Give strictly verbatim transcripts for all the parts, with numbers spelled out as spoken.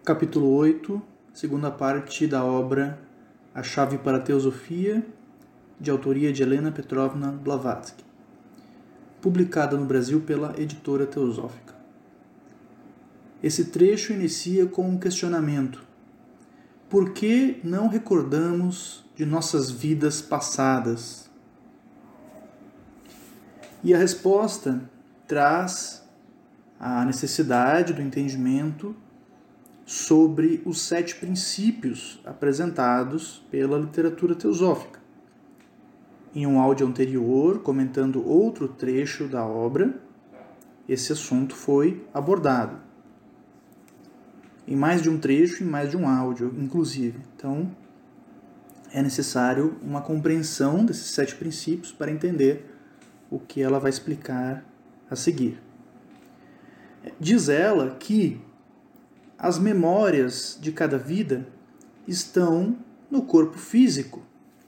Capítulo oito, segunda parte da obra A Chave para a Teosofia, de autoria de Helena Petrovna Blavatsky, publicada no Brasil pela Editora Teosófica. Esse trecho inicia com um questionamento: por que não recordamos de nossas vidas passadas? E a resposta traz a necessidade do entendimento sobre os sete princípios apresentados pela literatura teosófica. Em um áudio anterior, comentando outro trecho da obra, esse assunto foi abordado. Em mais de um trecho, em mais de um áudio, inclusive. Então, é necessário uma compreensão desses sete princípios para entender o que ela vai explicar a seguir. Diz ela que as memórias de cada vida estão no corpo físico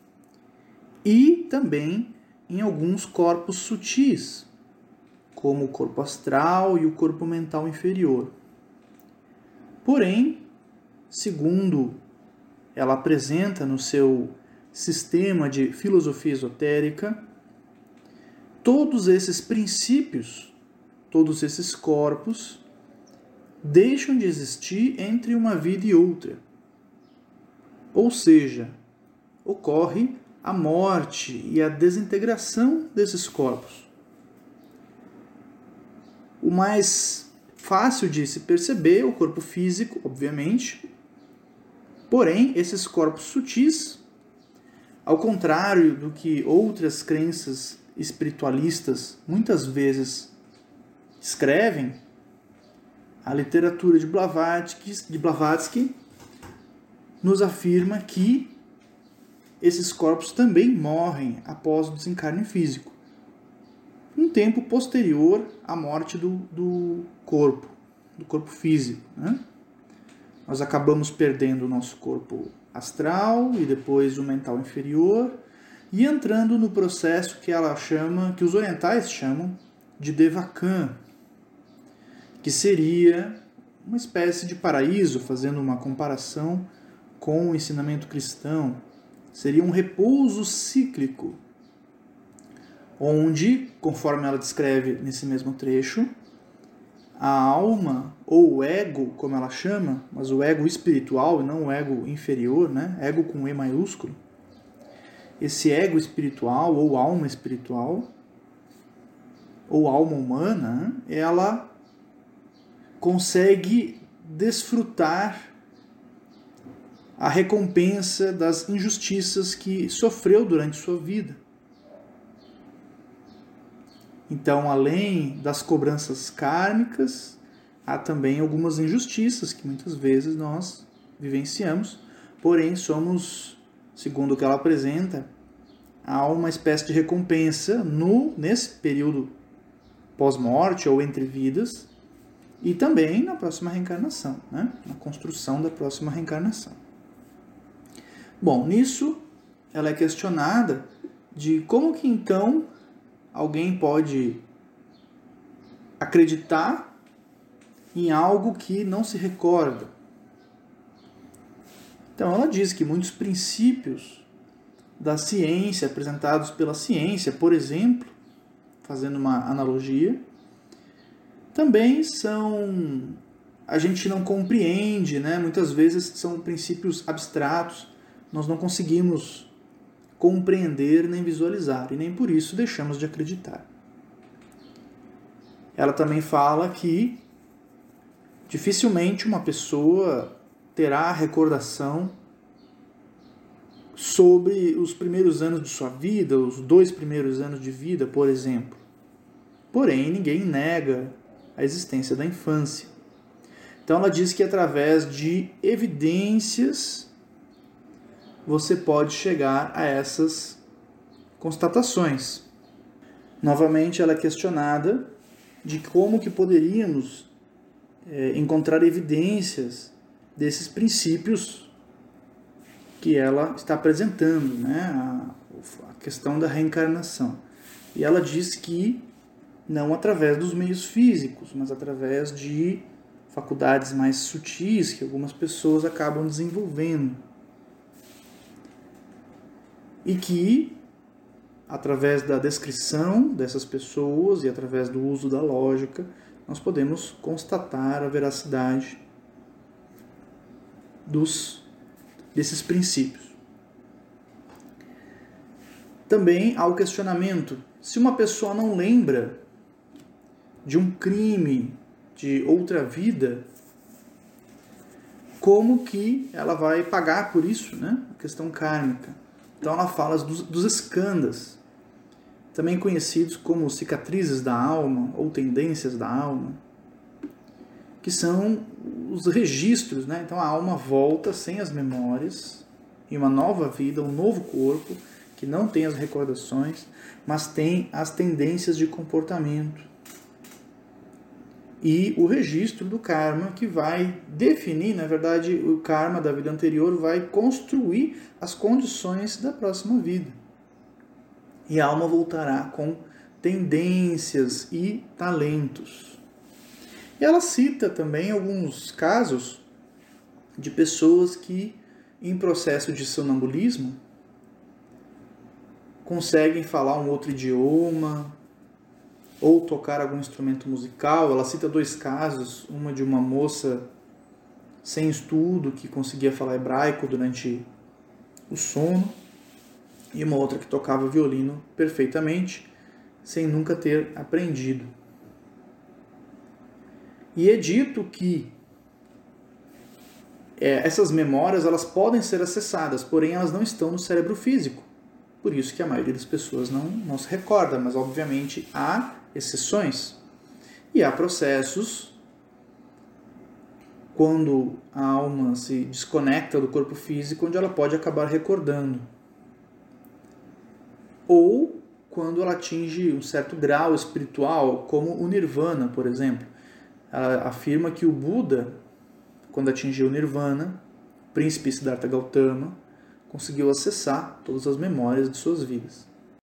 e também em alguns corpos sutis, como o corpo astral e o corpo mental inferior. Porém, segundo ela apresenta no seu sistema de filosofia esotérica, todos esses princípios, todos esses corpos, deixam de existir entre uma vida e outra. Ou seja, ocorre a morte e a desintegração desses corpos. O mais fácil de se perceber é o corpo físico, obviamente. Porém, esses corpos sutis, ao contrário do que outras crenças espiritualistas muitas vezes escrevem, a literatura de Blavatsky, de Blavatsky nos afirma que esses corpos também morrem após o desencarne físico, um tempo posterior à morte do, do corpo, do corpo físico. Né? Nós acabamos perdendo o nosso corpo astral e depois o mental inferior e entrando no processo que ela chama, que os orientais chamam de Devachan, que seria uma espécie de paraíso, fazendo uma comparação com o ensinamento cristão. Seria um repouso cíclico, onde, conforme ela descreve nesse mesmo trecho, a alma, ou o ego, como ela chama, mas o ego espiritual e não o ego inferior, né? Ego com E maiúsculo, esse ego espiritual, ou alma espiritual, ou alma humana, ela consegue desfrutar a recompensa das injustiças que sofreu durante sua vida. Então, além das cobranças kármicas, há também algumas injustiças que muitas vezes nós vivenciamos, porém somos, segundo o que ela apresenta, há uma espécie de recompensa no, nesse período pós-morte ou entre vidas, e também na próxima reencarnação, né? Na construção da próxima reencarnação. Bom, nisso ela é questionada de como que então alguém pode acreditar em algo que não se recorda. Então ela diz que muitos princípios da ciência, apresentados pela ciência, por exemplo, fazendo uma analogia, também são, a gente não compreende, né? Muitas vezes são princípios abstratos, nós não conseguimos compreender nem visualizar, e nem por isso deixamos de acreditar. Ela também fala que dificilmente uma pessoa terá recordação sobre os primeiros anos de sua vida, os dois primeiros anos de vida, por exemplo. Porém, ninguém nega a existência da infância. Então ela diz que através de evidências você pode chegar a essas constatações. Novamente ela é questionada de como que poderíamos é, encontrar evidências desses princípios que ela está apresentando, né? a, a questão da reencarnação. E ela diz que não através dos meios físicos, mas através de faculdades mais sutis que algumas pessoas acabam desenvolvendo. E que, através da descrição dessas pessoas e através do uso da lógica, nós podemos constatar a veracidade dos, desses princípios. Também há o questionamento: se uma pessoa não lembra de um crime de outra vida, como que ela vai pagar por isso, né? A questão kármica. Então ela fala dos, dos skandhas, também conhecidos como cicatrizes da alma ou tendências da alma, que são os registros, né? Então a alma volta sem as memórias, em uma nova vida, um novo corpo, que não tem as recordações, mas tem as tendências de comportamento. E o registro do karma, que vai definir, na verdade, o karma da vida anterior vai construir as condições da próxima vida. E a alma voltará com tendências e talentos. E ela cita também alguns casos de pessoas que, em processo de sonambulismo, conseguem falar um outro idioma ou tocar algum instrumento musical. Ela cita dois casos, uma de uma moça sem estudo que conseguia falar hebraico durante o sono e uma outra que tocava violino perfeitamente, sem nunca ter aprendido. E é dito que é, essas memórias elas podem ser acessadas, porém elas não estão no cérebro físico. Por isso que a maioria das pessoas não, não se recorda, mas obviamente há exceções. E há processos quando a alma se desconecta do corpo físico, onde ela pode acabar recordando. Ou quando ela atinge um certo grau espiritual, como o Nirvana, por exemplo. Ela afirma que o Buda, quando atingiu o Nirvana, o príncipe Siddhartha Gautama, conseguiu acessar todas as memórias de suas vidas.